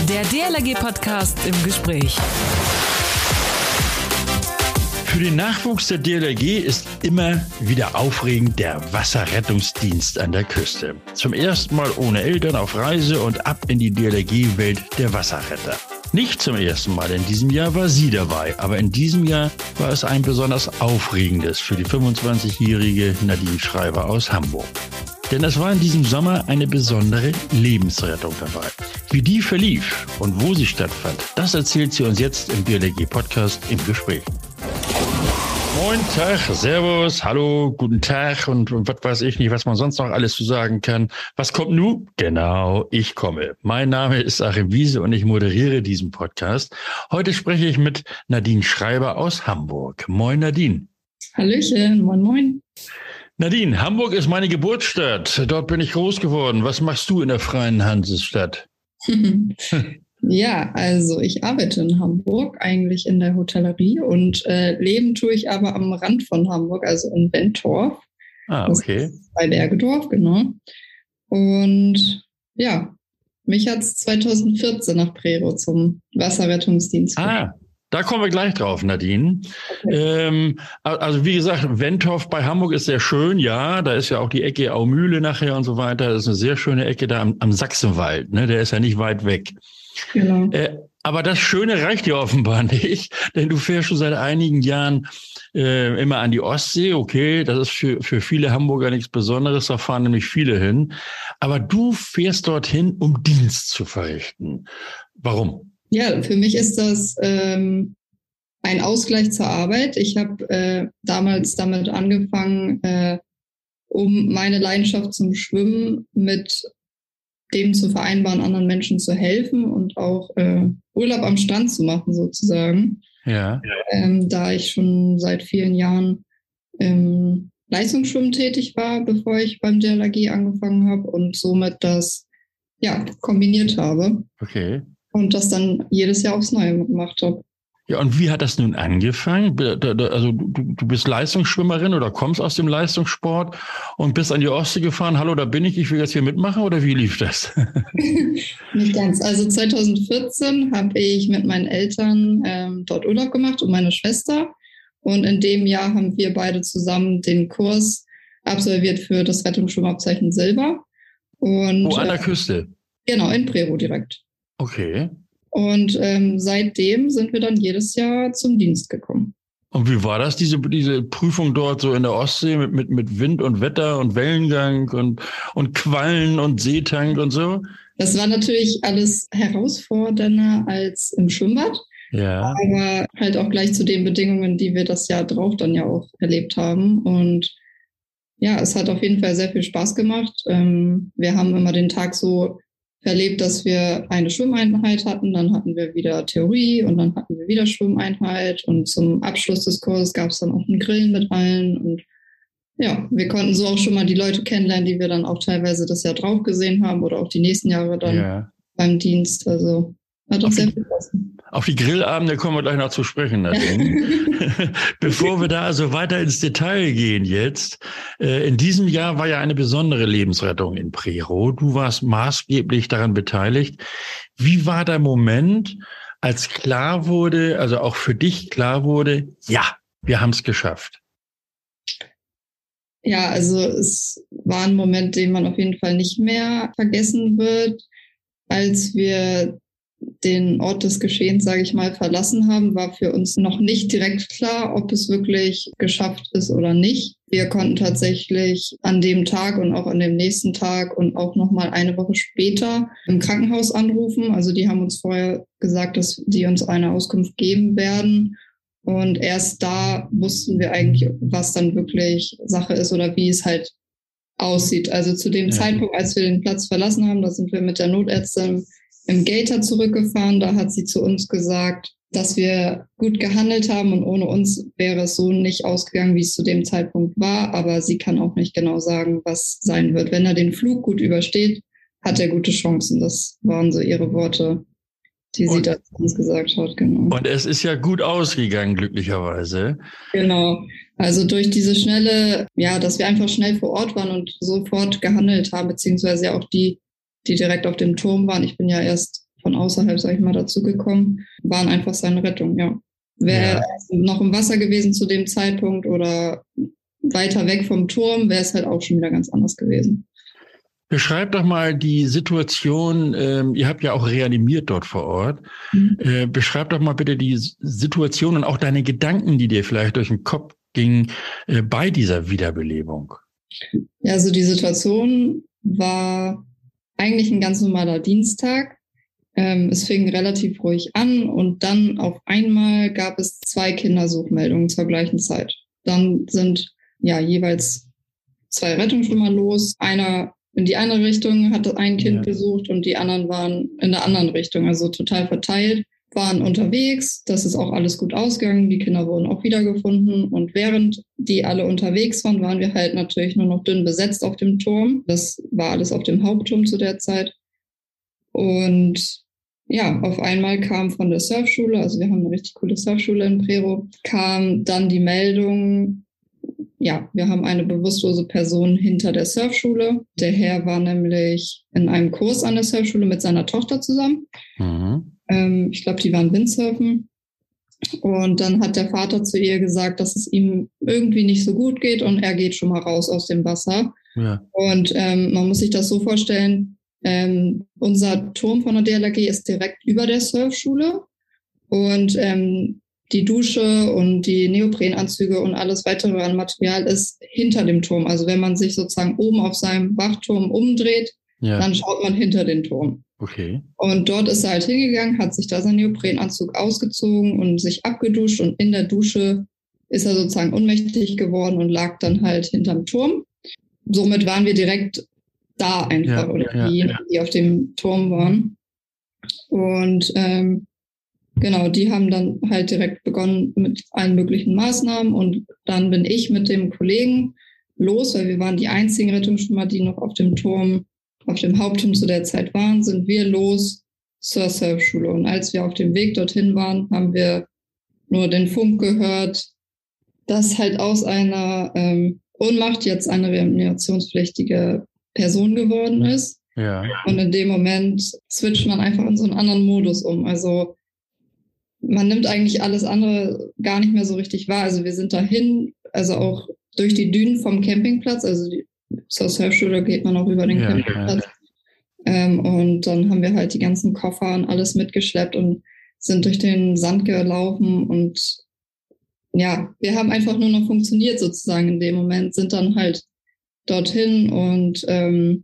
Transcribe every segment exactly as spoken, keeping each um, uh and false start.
Der D L R G-Podcast im Gespräch. Für den Nachwuchs der D L R G ist immer wieder aufregend der Wasserrettungsdienst an der Küste. Zum ersten Mal ohne Eltern auf Reise und ab in die D L R G-Welt der Wasserretter. Nicht zum ersten Mal in diesem Jahr war sie dabei, aber in diesem Jahr war es ein besonders aufregendes für die fünfundzwanzigjährige Nadine Schreiber aus Hamburg. Denn es war in diesem Sommer eine besondere Lebensrettung dabei. Wie die verlief und wo sie stattfand, das erzählt sie uns jetzt im D L R G-Podcast im Gespräch. Moin, Tag, Servus, hallo, guten Tag und, und was weiß ich nicht, was man sonst noch alles zu sagen kann. Was kommt nun? Genau, ich komme. Mein Name ist Achim Wiese und ich moderiere diesen Podcast. Heute spreche ich mit Nadine Schreiber aus Hamburg. Moin, Nadine. Hallöchen, moin, moin. Nadine, Hamburg ist meine Geburtsstadt. Dort bin ich groß geworden. Was machst du in der freien Hansestadt? Ja, also ich arbeite in Hamburg, eigentlich in der Hotellerie und äh, leben tue ich aber am Rand von Hamburg, also in Bentorf. Ah, okay. Bei Bergedorf, genau. Und ja, mich hat es zweitausendvierzehn nach Prerow zum Wasserrettungsdienst Ah, gebracht. da kommen wir gleich drauf, Nadine. Okay. Ähm, also wie gesagt, Wentorf bei Hamburg ist sehr schön, ja. Da ist ja auch die Ecke Aumühle nachher und so weiter. Das ist eine sehr schöne Ecke da am, am Sachsenwald, ne? Der ist ja nicht weit weg. Genau. Äh, aber das Schöne reicht dir offenbar nicht, denn du fährst schon seit einigen Jahren äh, immer an die Ostsee. Okay, das ist für, für viele Hamburger nichts Besonderes, da fahren nämlich viele hin. Aber du fährst dorthin, um Dienst zu verrichten. Warum? Ja, für mich ist das ähm, ein Ausgleich zur Arbeit. Ich habe äh, damals damit angefangen, äh, um meine Leidenschaft zum Schwimmen mit dem zu vereinbaren, anderen Menschen zu helfen und auch äh, Urlaub am Strand zu machen sozusagen. Ja. Ähm, da ich schon seit vielen Jahren ähm, Leistungsschwimmen tätig war, bevor ich beim D L R G angefangen habe und somit das ja kombiniert habe. Okay. Und das dann jedes Jahr aufs Neue gemacht habe. Ja, und wie hat das nun angefangen? Also du, du bist Leistungsschwimmerin oder kommst aus dem Leistungssport und bist an die Ostsee gefahren. Hallo, da bin ich, ich will jetzt hier mitmachen oder wie lief das? Nicht ganz. Also zweitausendvierzehn habe ich mit meinen Eltern ähm, dort Urlaub gemacht und meine Schwester. Und in dem Jahr haben wir beide zusammen den Kurs absolviert für das Rettungsschwimmabzeichen Silber. Und, oh, an der Küste? Äh, genau, in Prerow direkt. Okay. Und ähm, seitdem sind wir dann jedes Jahr zum Dienst gekommen. Und wie war das, diese, diese Prüfung dort so in der Ostsee mit, mit, mit Wind und Wetter und Wellengang und, und Quallen und Seetank und so? Das war natürlich alles herausfordernder als im Schwimmbad. Ja. Aber halt auch gleich zu den Bedingungen, die wir das Jahr drauf dann ja auch erlebt haben. Und ja, es hat auf jeden Fall sehr viel Spaß gemacht. Ähm, wir haben immer den Tag so erlebt, dass wir eine Schwimmeinheit hatten, dann hatten wir wieder Theorie und dann hatten wir wieder Schwimmeinheit und zum Abschluss des Kurses gab es dann auch einen Grill mit allen und ja, wir konnten so auch schon mal die Leute kennenlernen, die wir dann auch teilweise das Jahr drauf gesehen haben oder auch die nächsten Jahre dann ja. beim Dienst, also hat auch sehr viel Spaß. Auf die Grillabende kommen wir gleich noch zu sprechen, Nadine. Bevor wir da also weiter ins Detail gehen jetzt, äh, in diesem Jahr war ja eine besondere Lebensrettung in Prerow. Du warst maßgeblich daran beteiligt. Wie war der Moment, als klar wurde, also auch für dich klar wurde, ja, wir haben es geschafft? Ja, also es war ein Moment, den man auf jeden Fall nicht mehr vergessen wird. Als wir den Ort des Geschehens, sage ich mal, verlassen haben, war für uns noch nicht direkt klar, ob es wirklich geschafft ist oder nicht. Wir konnten tatsächlich an dem Tag und auch an dem nächsten Tag und auch nochmal eine Woche später im Krankenhaus anrufen. Also die haben uns vorher gesagt, dass die uns eine Auskunft geben werden. Und erst da wussten wir eigentlich, was dann wirklich Sache ist oder wie es halt aussieht. Also zu dem ja. Zeitpunkt, als wir den Platz verlassen haben, da sind wir mit der Notärztin im Gator zurückgefahren. Da hat sie zu uns gesagt, dass wir gut gehandelt haben und ohne uns wäre es so nicht ausgegangen, wie es zu dem Zeitpunkt war. Aber sie kann auch nicht genau sagen, was sein wird. Wenn er den Flug gut übersteht, hat er gute Chancen. Das waren so ihre Worte, die sie da zu uns gesagt hat. Genau. Und es ist ja gut ausgegangen, glücklicherweise. Genau. Also durch diese schnelle, ja, dass wir einfach schnell vor Ort waren und sofort gehandelt haben, beziehungsweise ja auch die, die direkt auf dem Turm waren. Ich bin ja erst von außerhalb, sage ich mal, dazugekommen, waren einfach seine Rettung, ja. Wäre ja. er noch im Wasser gewesen zu dem Zeitpunkt oder weiter weg vom Turm, wäre es halt auch schon wieder ganz anders gewesen. Beschreib doch mal die Situation, ähm, ihr habt ja auch reanimiert dort vor Ort. Mhm. Äh, beschreib doch mal bitte die Situation und auch deine Gedanken, die dir vielleicht durch den Kopf gingen äh, bei dieser Wiederbelebung. Ja, also die Situation war eigentlich ein ganz normaler Dienstag. Ähm, es fing relativ ruhig an und dann auf einmal gab es zwei Kindersuchmeldungen zur gleichen Zeit. Dann sind ja jeweils zwei Rettungsschwimmer los. Einer in die eine Richtung hat ein Kind ja. gesucht und die anderen waren in der anderen Richtung, also total verteilt, waren unterwegs. Das ist auch alles gut ausgegangen. Die Kinder wurden auch wiedergefunden und während die alle unterwegs waren, waren wir halt natürlich nur noch dünn besetzt auf dem Turm. Das war alles auf dem Hauptturm zu der Zeit. Und ja, auf einmal kam von der Surfschule, also wir haben eine richtig coole Surfschule in Prerow, kam dann die Meldung, ja, wir haben eine bewusstlose Person hinter der Surfschule. Der Herr war nämlich in einem Kurs an der Surfschule mit seiner Tochter zusammen. Mhm. Ähm, ich glaube, die waren Windsurfen. Und dann hat der Vater zu ihr gesagt, dass es ihm irgendwie nicht so gut geht und er geht schon mal raus aus dem Wasser. Ja. Und ähm, man muss sich das so vorstellen, ähm, unser Turm von der D L R G ist direkt über der Surfschule und ähm, die Dusche und die Neoprenanzüge und alles weitere an Material ist hinter dem Turm. Also wenn man sich sozusagen oben auf seinem Wachturm umdreht, ja. dann schaut man hinter den Turm. Okay. Und dort ist er halt hingegangen, hat sich da seinen Neoprenanzug ausgezogen und sich abgeduscht und in der Dusche ist er sozusagen ohnmächtig geworden und lag dann halt hinterm Turm. Somit waren wir direkt da einfach, ja, oder ja, diejenigen, ja. die auf dem Turm waren. Und ähm, genau, die haben dann halt direkt begonnen mit allen möglichen Maßnahmen und dann bin ich mit dem Kollegen los, weil wir waren die einzigen Rettungsschwimmer, die noch auf dem Turm, auf dem Hauptturm zu der Zeit waren, sind wir los zur Surfschule. Und als wir auf dem Weg dorthin waren, haben wir nur den Funk gehört, dass halt aus einer ähm, Ohnmacht jetzt eine reanimationspflichtige Person geworden ist. Ja. Und in dem Moment switcht man einfach in so einen anderen Modus um. Also man nimmt eigentlich alles andere gar nicht mehr so richtig wahr. Also wir sind dahin, also auch durch die Dünen vom Campingplatz, also die, zur Surfschule geht man auch über den ja, Campingplatz. Ja. Ähm, und dann haben wir halt die ganzen Koffer und alles mitgeschleppt und sind durch den Sand gelaufen und ja, wir haben einfach nur noch funktioniert sozusagen in dem Moment, sind dann halt dorthin und ähm,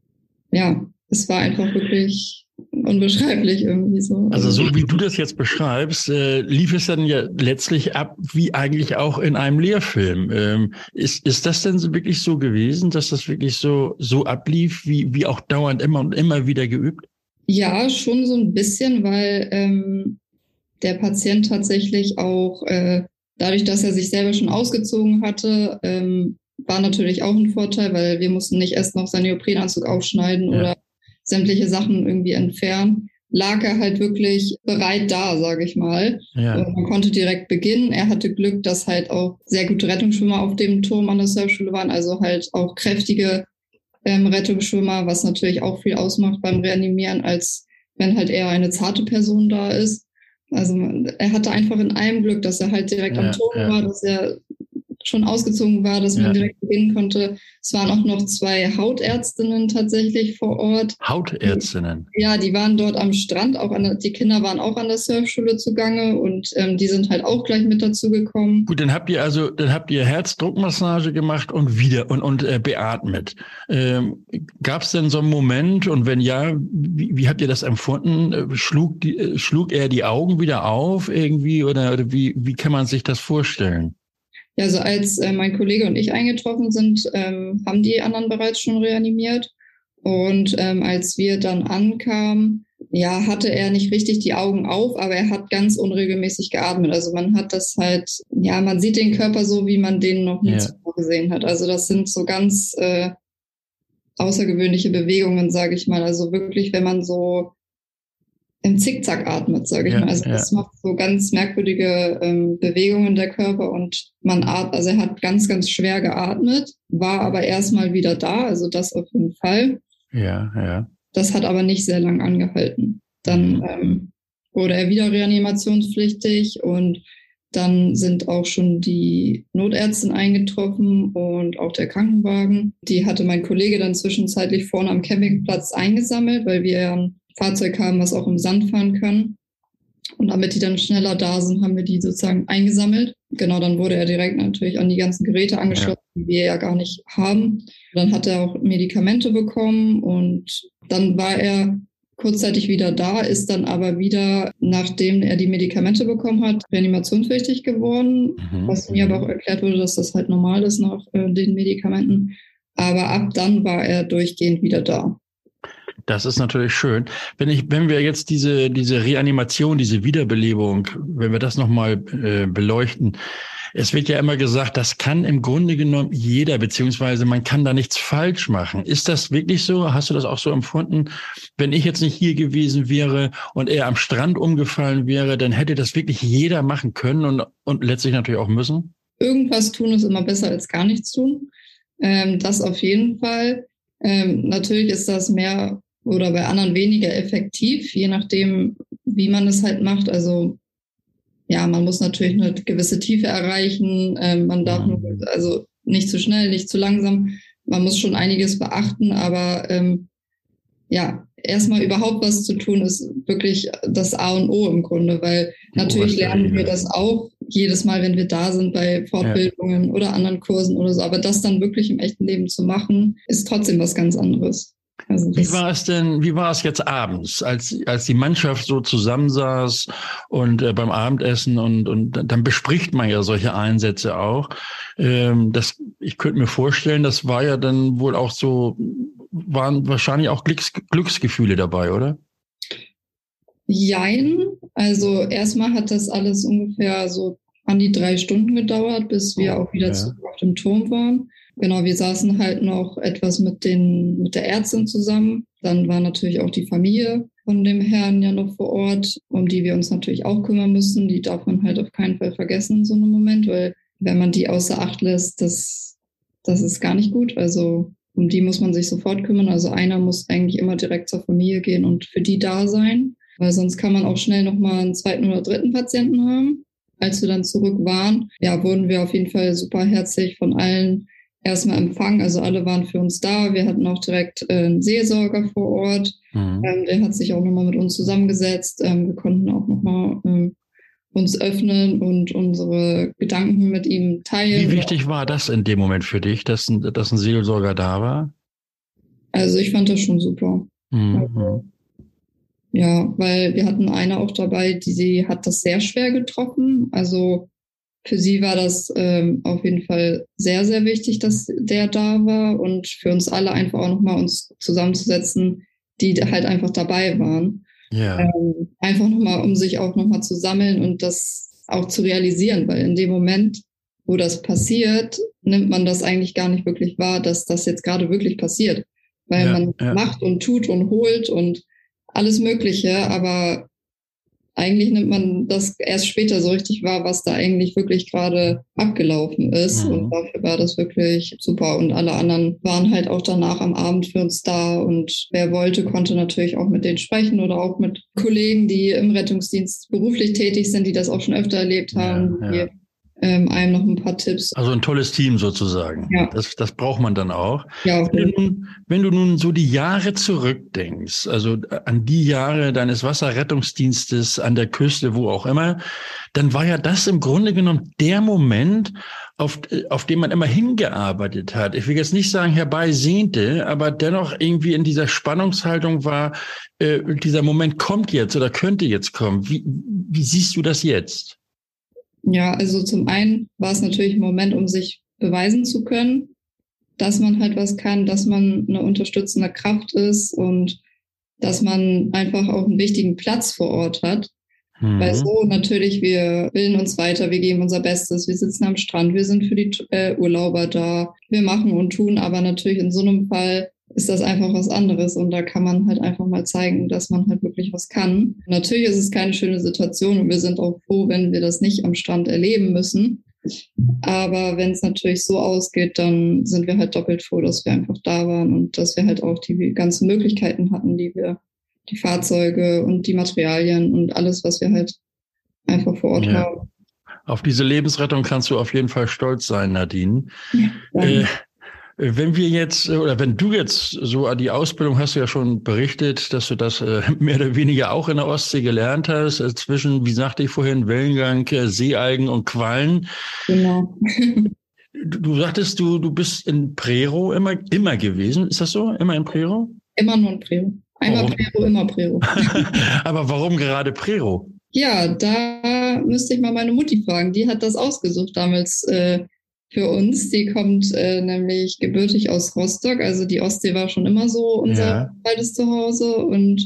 ja, es war einfach wirklich unbeschreiblich irgendwie so. Also so wie du das jetzt beschreibst, äh, lief es dann ja letztlich ab wie eigentlich auch in einem Lehrfilm. Ähm, ist ist das denn so wirklich so gewesen, dass das wirklich so so ablief, wie wie auch dauernd immer und immer wieder geübt? Ja, schon so ein bisschen, weil ähm, der Patient tatsächlich auch äh, dadurch, dass er sich selber schon ausgezogen hatte, ähm, war natürlich auch ein Vorteil, weil wir mussten nicht erst noch seinen Neoprenanzug aufschneiden ja. oder sämtliche Sachen irgendwie entfernen. Lag er halt wirklich bereit da, sage ich mal. Ja. Und man konnte direkt beginnen. Er hatte Glück, dass halt auch sehr gute Rettungsschwimmer auf dem Turm an der Surfschule waren, also halt auch kräftige ähm, Rettungsschwimmer, was natürlich auch viel ausmacht beim Reanimieren, als wenn halt eher eine zarte Person da ist. Also er hatte einfach in allem Glück, dass er halt direkt ja, am Turm ja. war, dass er schon ausgezogen war, dass man ja. direkt beginnen konnte. Es waren auch noch zwei Hautärztinnen tatsächlich vor Ort. Hautärztinnen? Ja, die waren dort am Strand. Auch an der, die Kinder waren auch an der Surfschule zugange und ähm, die sind halt auch gleich mit dazu gekommen. Gut, dann habt ihr also, dann habt ihr Herzdruckmassage gemacht und wieder und und äh, beatmet. Ähm, Gab es denn so einen Moment und wenn ja, wie, wie habt ihr das empfunden? Schlug die, äh, schlug er die Augen wieder auf irgendwie oder, oder wie wie kann man sich das vorstellen? Ja, also als äh, mein Kollege und ich eingetroffen sind, ähm, haben die anderen bereits schon reanimiert. Und ähm, als wir dann ankamen, ja, hatte er nicht richtig die Augen auf, aber er hat ganz unregelmäßig geatmet. Also man hat das halt, ja, man sieht den Körper so, wie man den noch nie ja. zuvor gesehen hat. Also das sind so ganz äh, außergewöhnliche Bewegungen, sage ich mal. Also wirklich, wenn man so im Zickzack atmet, sage ich ja, mal. Also das ja. macht so ganz merkwürdige ähm, Bewegungen der Körper und man atmet, also er hat ganz, ganz schwer geatmet, war aber erstmal wieder da, also das auf jeden Fall. Ja, ja. Das hat aber nicht sehr lang angehalten. Dann ähm, wurde er wieder reanimationspflichtig und dann sind auch schon die Notärztin eingetroffen und auch der Krankenwagen. Die hatte mein Kollege dann zwischenzeitlich vorne am Campingplatz eingesammelt, weil wir ja ein Fahrzeug haben, was auch im Sand fahren kann. Und damit die dann schneller da sind, haben wir die sozusagen eingesammelt. Genau, dann wurde er direkt natürlich an die ganzen Geräte angeschlossen, ja. die wir ja gar nicht haben. Dann hat er auch Medikamente bekommen und dann war er kurzzeitig wieder da, ist dann aber wieder, nachdem er die Medikamente bekommen hat, reanimationspflichtig geworden. Mhm. Was mir aber auch erklärt wurde, dass das halt normal ist nach äh, den Medikamenten. Aber ab dann war er durchgehend wieder da. Das ist natürlich schön. Wenn ich, wenn wir jetzt diese, diese Reanimation, diese Wiederbelebung, wenn wir das nochmal äh, beleuchten, es wird ja immer gesagt, das kann im Grunde genommen jeder, beziehungsweise man kann da nichts falsch machen. Ist das wirklich so? Hast du das auch so empfunden? Wenn ich jetzt nicht hier gewesen wäre und er am Strand umgefallen wäre, dann hätte das wirklich jeder machen können und, und letztlich natürlich auch müssen? Irgendwas tun ist immer besser als gar nichts tun. Ähm, das auf jeden Fall. Ähm, natürlich ist das mehr oder bei anderen weniger effektiv, je nachdem, wie man es halt macht. Also ja, man muss natürlich eine gewisse Tiefe erreichen. Ähm, man darf nur, also nicht zu schnell, nicht zu langsam. Man muss schon einiges beachten, aber ähm, ja, erstmal überhaupt was zu tun, ist wirklich das A und O im Grunde, weil Die natürlich lernen wir das auch jedes Mal, wenn wir da sind bei Fortbildungen ja. oder anderen Kursen oder so. Aber das dann wirklich im echten Leben zu machen, ist trotzdem was ganz anderes. Also wie war es denn, wie war es jetzt abends, als, als die Mannschaft so zusammensaß und äh, beim Abendessen und, und dann bespricht man ja solche Einsätze auch. Ähm, das, ich könnte mir vorstellen, das war ja dann wohl auch so, waren wahrscheinlich auch Glücks, Glücksgefühle dabei, oder? Jein. Also erstmal hat das alles ungefähr so an die drei Stunden gedauert, bis wir oh, auch wieder ja. zurück auf dem Turm waren. Genau, wir saßen halt noch etwas mit den mit der Ärztin zusammen. Dann war natürlich auch die Familie von dem Herrn ja noch vor Ort, um die wir uns natürlich auch kümmern müssen. Die darf man halt auf keinen Fall vergessen in so einem Moment, weil wenn man die außer Acht lässt, das, das ist gar nicht gut. Also um die muss man sich sofort kümmern. Also einer muss eigentlich immer direkt zur Familie gehen und für die da sein, weil sonst kann man auch schnell nochmal einen zweiten oder dritten Patienten haben. Als wir dann zurück waren, ja, wurden wir auf jeden Fall super herzlich von allen erstmal empfangen, also alle waren für uns da. Wir hatten auch direkt äh, einen Seelsorger vor Ort. Mhm. Ähm, der hat sich auch nochmal mit uns zusammengesetzt. Ähm, wir konnten auch nochmal ähm, uns öffnen und unsere Gedanken mit ihm teilen. Wie wichtig war das in dem Moment für dich, dass ein, dass ein Seelsorger da war? Also ich fand das schon super. Mhm. Also, ja, weil wir hatten eine auch dabei, die sie hat das sehr schwer getroffen. Also für sie war das ähm, auf jeden Fall sehr, sehr wichtig, dass der da war und für uns alle einfach auch nochmal uns zusammenzusetzen, die halt einfach dabei waren. Ja. Ähm, einfach nochmal, um sich auch nochmal zu sammeln und das auch zu realisieren, weil in dem Moment, wo das passiert, nimmt man das eigentlich gar nicht wirklich wahr, dass das jetzt gerade wirklich passiert. Weil ja, man ja. macht und tut und holt und alles Mögliche, aber eigentlich nimmt man das erst später so richtig wahr, was da eigentlich wirklich gerade abgelaufen ist. Mhm. Und dafür war das wirklich super. Und alle anderen waren halt auch danach am Abend für uns da. Und wer wollte, konnte natürlich auch mit denen sprechen oder auch mit Kollegen, die im Rettungsdienst beruflich tätig sind, die das auch schon öfter erlebt haben, ja, ja. die ähm, einem noch ein paar Tipps. Also ein tolles Team sozusagen. Ja. Das, das braucht man dann auch. Ja, okay. wenn, du nun, wenn du nun so die Jahre zurückdenkst, also an die Jahre deines Wasserrettungsdienstes an der Küste, wo auch immer, dann war ja das im Grunde genommen der Moment, auf, auf den man immer hingearbeitet hat. Ich will jetzt nicht sagen herbeisehnte, aber dennoch irgendwie in dieser Spannungshaltung war, äh, dieser Moment kommt jetzt oder könnte jetzt kommen. Wie, wie siehst du das jetzt? Ja, also zum einen war es natürlich ein Moment, um sich beweisen zu können, dass man halt was kann, dass man eine unterstützende Kraft ist und dass man einfach auch einen wichtigen Platz vor Ort hat. Mhm. Weil so natürlich, wir bilden uns weiter, wir geben unser Bestes, wir sitzen am Strand, wir sind für die äh, Urlauber da, wir machen und tun, aber natürlich in so einem Fall ist das einfach was anderes und da kann man halt einfach mal zeigen, dass man halt wirklich was kann. Natürlich ist es keine schöne Situation und wir sind auch froh, wenn wir das nicht am Strand erleben müssen. Aber wenn es natürlich so ausgeht, dann sind wir halt doppelt froh, dass wir einfach da waren und dass wir halt auch die ganzen Möglichkeiten hatten, die wir die Fahrzeuge und die Materialien und alles, was wir halt einfach vor Ort ja. haben. Auf diese Lebensrettung kannst du auf jeden Fall stolz sein, Nadine. Ja, äh, wenn wir jetzt, oder wenn du jetzt so die Ausbildung, hast du ja schon berichtet, dass du das äh, mehr oder weniger auch in der Ostsee gelernt hast, äh, zwischen, wie sagte ich vorhin, Wellengang, äh, Seealgen und Quallen. Genau. Du, du sagtest, du, du bist in Prerow immer, immer gewesen. Ist das so? Immer in Prerow? Immer nur in Prerow. Einmal Warum? Prerow, immer Prerow. Aber warum gerade Prerow? Ja, da müsste ich mal meine Mutti fragen. Die hat das ausgesucht damals äh, für uns. Die kommt äh, nämlich gebürtig aus Rostock. Also die Ostsee war schon immer so unser Ja. zweites Zuhause. Und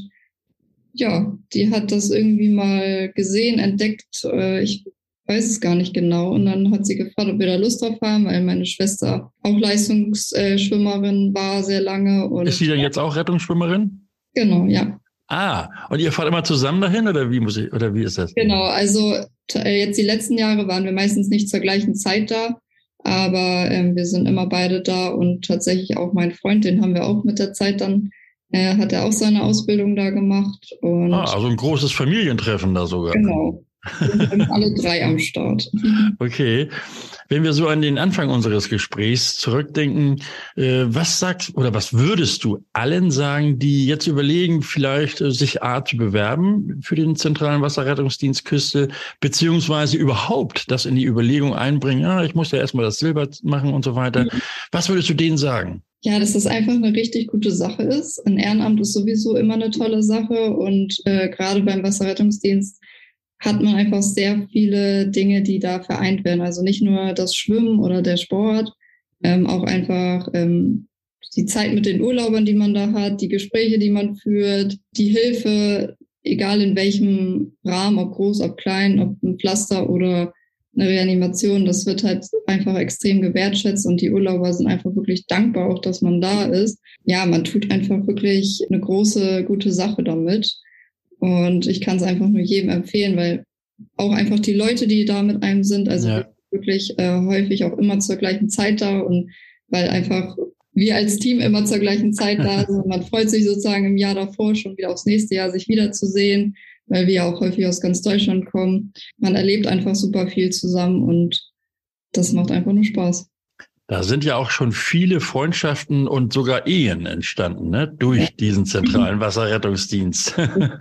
ja, die hat das irgendwie mal gesehen, entdeckt. Äh, ich weiß es gar nicht genau. Und dann hat sie gefragt, ob wir da Lust drauf haben, weil meine Schwester auch Leistungsschwimmerin war sehr lange. Und Ist sie denn jetzt auch Rettungsschwimmerin? Genau, ja. Ah, und ihr fahrt immer zusammen dahin oder wie muss ich, oder wie ist das? Genau, also jetzt die letzten Jahre waren wir meistens nicht zur gleichen Zeit da, aber ähm, wir sind immer beide da und tatsächlich auch mein Freund, den haben wir auch mit der Zeit dann, äh, hat er auch seine Ausbildung da gemacht. Und Ah, also ein großes Familientreffen da sogar. genau, wir sind alle drei am Start. Okay. Wenn wir so an den Anfang unseres Gesprächs zurückdenken, äh, was sagst oder was würdest du allen sagen, die jetzt überlegen, vielleicht äh, sich A zu bewerben für den zentralen Wasserrettungsdienst Küste, beziehungsweise überhaupt das in die Überlegung einbringen, ja, ich muss ja erstmal das Silber machen und so weiter. Mhm. Was würdest du denen sagen? Ja, dass das einfach eine richtig gute Sache ist. Ein Ehrenamt ist sowieso immer eine tolle Sache und äh, gerade beim Wasserrettungsdienst hat man einfach sehr viele Dinge, die da vereint werden. Also nicht nur das Schwimmen oder der Sport, ähm, auch einfach ähm, die Zeit mit den Urlaubern, die man da hat, die Gespräche, die man führt, die Hilfe, egal in welchem Rahmen, ob groß, ob klein, ob ein Pflaster oder eine Reanimation, das wird halt einfach extrem gewertschätzt und die Urlauber sind einfach wirklich dankbar, auch dass man da ist. Ja, man tut einfach wirklich eine große, gute Sache damit. Und ich kann es einfach nur jedem empfehlen, weil auch einfach die Leute, die da mit einem sind, also ja. wirklich äh, häufig auch immer zur gleichen Zeit da und weil einfach wir als Team immer zur gleichen Zeit da sind. Man freut sich sozusagen im Jahr davor schon wieder aufs nächste Jahr, sich wiederzusehen, weil wir ja auch häufig aus ganz Deutschland kommen. Man erlebt einfach super viel zusammen und das macht einfach nur Spaß. Da sind ja auch schon viele Freundschaften und sogar Ehen entstanden, ne, durch diesen zentralen Wasserrettungsdienst.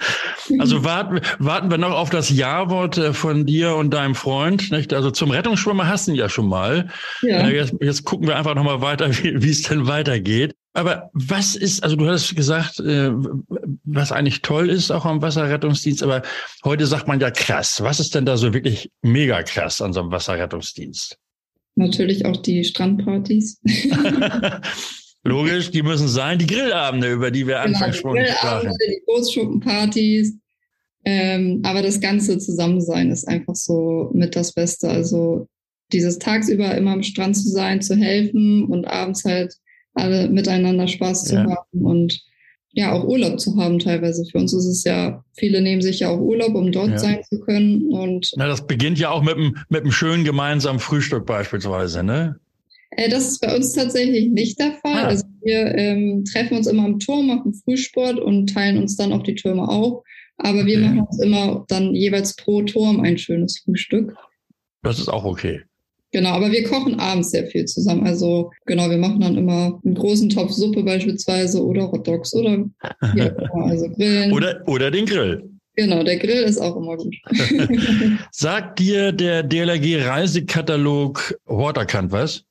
Also warten, warten wir noch auf das Ja-Wort von dir und deinem Freund, nicht? Also zum Rettungsschwimmer hast du ihn ja schon mal. Ja. Jetzt, jetzt gucken wir einfach nochmal weiter, wie, wie es denn weitergeht. Aber was ist, also du hast gesagt, äh, was eigentlich toll ist auch am Wasserrettungsdienst, aber heute sagt man ja krass. Was ist denn da so wirklich mega krass an so einem Wasserrettungsdienst? Natürlich auch die Strandpartys. Logisch, die müssen sein. Die Grillabende, über die wir genau, anfangs schon sprachen. Die Bootsschuppenpartys. Ähm, aber das ganze Zusammensein ist einfach so mit das Beste. Also dieses tagsüber immer am Strand zu sein, zu helfen und abends halt alle miteinander Spaß zu ja. haben und ja, auch Urlaub zu haben teilweise. Für uns ist es ja, viele nehmen sich ja auch Urlaub, um dort ja. sein zu können. Und na, das beginnt ja auch mit einem mit einem schönen gemeinsamen Frühstück beispielsweise, ne? Äh, das ist bei uns tatsächlich nicht der Fall. Ah. Also wir ähm, treffen uns immer am Turm, machen Frühsport und teilen uns dann auch die Türme auf. Aber wir okay. machen uns immer dann jeweils pro Turm ein schönes Frühstück. Das ist auch okay. Genau, aber wir kochen abends sehr viel zusammen. Also genau, wir machen dann immer einen großen Topf Suppe beispielsweise oder Hotdogs oder ja, also Grillen. Oder, oder den Grill. Genau, der Grill ist auch immer gut. Sagt dir der D L R G-Reisekatalog Waterkant was?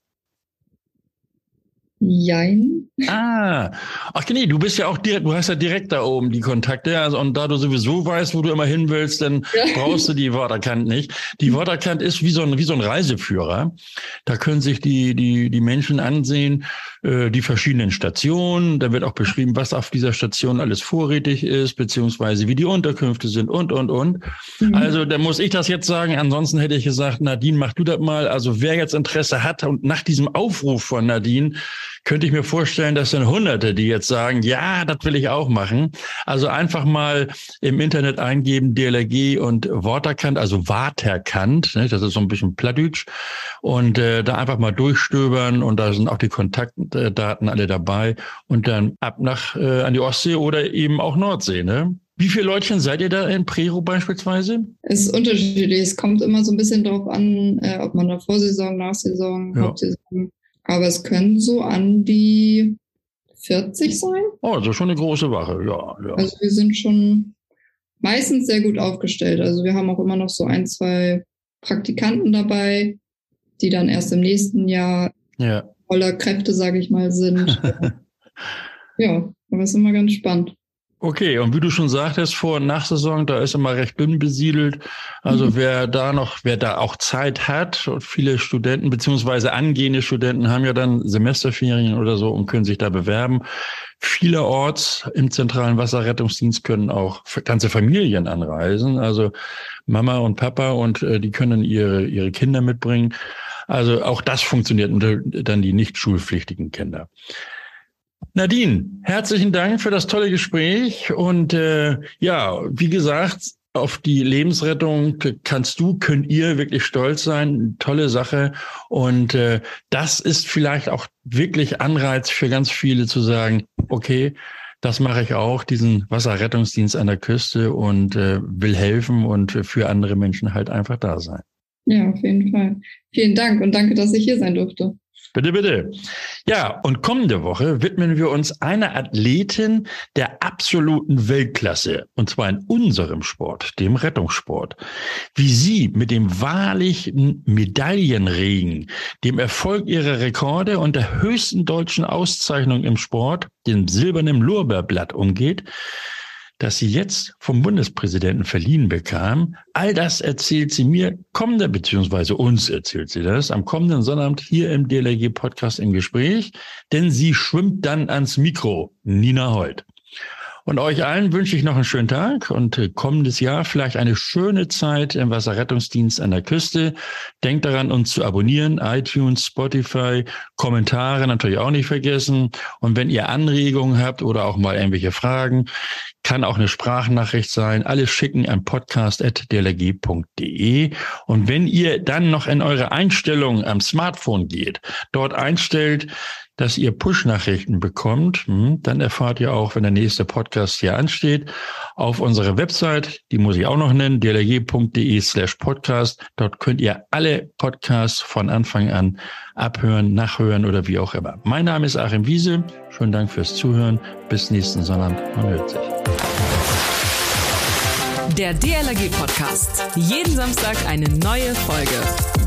Jein. Ah, ach nee, du bist ja auch direkt, du hast ja direkt da oben die Kontakte, also und da du sowieso weißt, wo du immer hin willst, dann ja. brauchst du die Waterkant nicht. Die Waterkant ist wie so ein wie so ein Reiseführer. Da können sich die die die Menschen ansehen, äh, die verschiedenen Stationen. Da wird auch beschrieben, was auf dieser Station alles vorrätig ist, beziehungsweise wie die Unterkünfte sind und und und. Mhm. Also da muss ich das jetzt sagen. Ansonsten hätte ich gesagt, Nadine, mach du das mal. Also wer jetzt Interesse hat und nach diesem Aufruf von Nadine könnte ich mir vorstellen, das sind Hunderte, die jetzt sagen, ja, das will ich auch machen. Also einfach mal im Internet eingeben, D L R G und Waterkant, also Waterkant, ne, das ist so ein bisschen Plattdeutsch, und äh, da einfach mal durchstöbern und da sind auch die Kontaktdaten alle dabei und dann ab nach äh, an die Ostsee oder eben auch Nordsee, ne? Wie viele Leutchen seid ihr da in Prerow beispielsweise? Es ist unterschiedlich. Es kommt immer so ein bisschen drauf an, äh, ob man da Vorsaison, Nachsaison, ja. Hauptsaison. Aber es können so an die vierzig sein. Oh, das ist schon eine große Wache, ja, ja. Also wir sind schon meistens sehr gut aufgestellt. Also wir haben auch immer noch so ein, zwei Praktikanten dabei, die dann erst im nächsten Jahr ja. voller Kräfte, sage ich mal, sind. Ja, aber es ist immer ganz spannend. Okay, und wie du schon sagtest, Vor- und Nachsaison, da ist immer recht dünn besiedelt. Also mhm. wer da noch, wer da auch Zeit hat, und viele Studenten beziehungsweise angehende Studenten haben ja dann Semesterferien oder so und können sich da bewerben. Vielerorts im zentralen Wasserrettungsdienst können auch ganze Familien anreisen, also Mama und Papa, und äh, die können ihre ihre Kinder mitbringen. Also auch das funktioniert, und dann die nicht schulpflichtigen Kinder. Nadine, herzlichen Dank für das tolle Gespräch und äh, ja, wie gesagt, auf die Lebensrettung kannst du, könnt ihr wirklich stolz sein, tolle Sache, und äh, das ist vielleicht auch wirklich Anreiz für ganz viele zu sagen, okay, das mache ich auch, diesen Wasserrettungsdienst an der Küste, und äh, will helfen und für andere Menschen halt einfach da sein. Ja, auf jeden Fall. Vielen Dank und danke, dass ich hier sein durfte. Bitte, bitte. Ja, und kommende Woche widmen wir uns einer Athletin der absoluten Weltklasse, und zwar in unserem Sport, dem Rettungssport. Wie sie mit dem wahrlichen Medaillenregen, dem Erfolg ihrer Rekorde und der höchsten deutschen Auszeichnung im Sport, dem silbernen Lorbeerblatt, umgeht, das sie jetzt vom Bundespräsidenten verliehen bekam. All das erzählt sie mir kommende, beziehungsweise uns erzählt sie das, am kommenden Sonnabend hier im D L R G-Podcast im Gespräch, denn sie schwimmt dann ans Mikro, Nina Holt. Und euch allen wünsche ich noch einen schönen Tag und kommendes Jahr vielleicht eine schöne Zeit im Wasserrettungsdienst an der Küste. Denkt daran, uns zu abonnieren, iTunes, Spotify, Kommentare natürlich auch nicht vergessen. Und wenn ihr Anregungen habt oder auch mal irgendwelche Fragen, kann auch eine Sprachnachricht sein. Alles schicken an podcast at d l r g punkt d e. Und wenn ihr dann noch in eure Einstellungen am Smartphone geht, dort einstellt, dass ihr Push-Nachrichten bekommt, dann erfahrt ihr auch, wenn der nächste Podcast hier ansteht, auf unserer Website, die muss ich auch noch nennen, d l r g punkt d e slash podcast. Dort könnt ihr alle Podcasts von Anfang an abhören, nachhören oder wie auch immer. Mein Name ist Achim Wiese. Schönen Dank fürs Zuhören. Bis nächsten Sonntag. Man hört sich. Der D L R G-Podcast. Jeden Samstag eine neue Folge.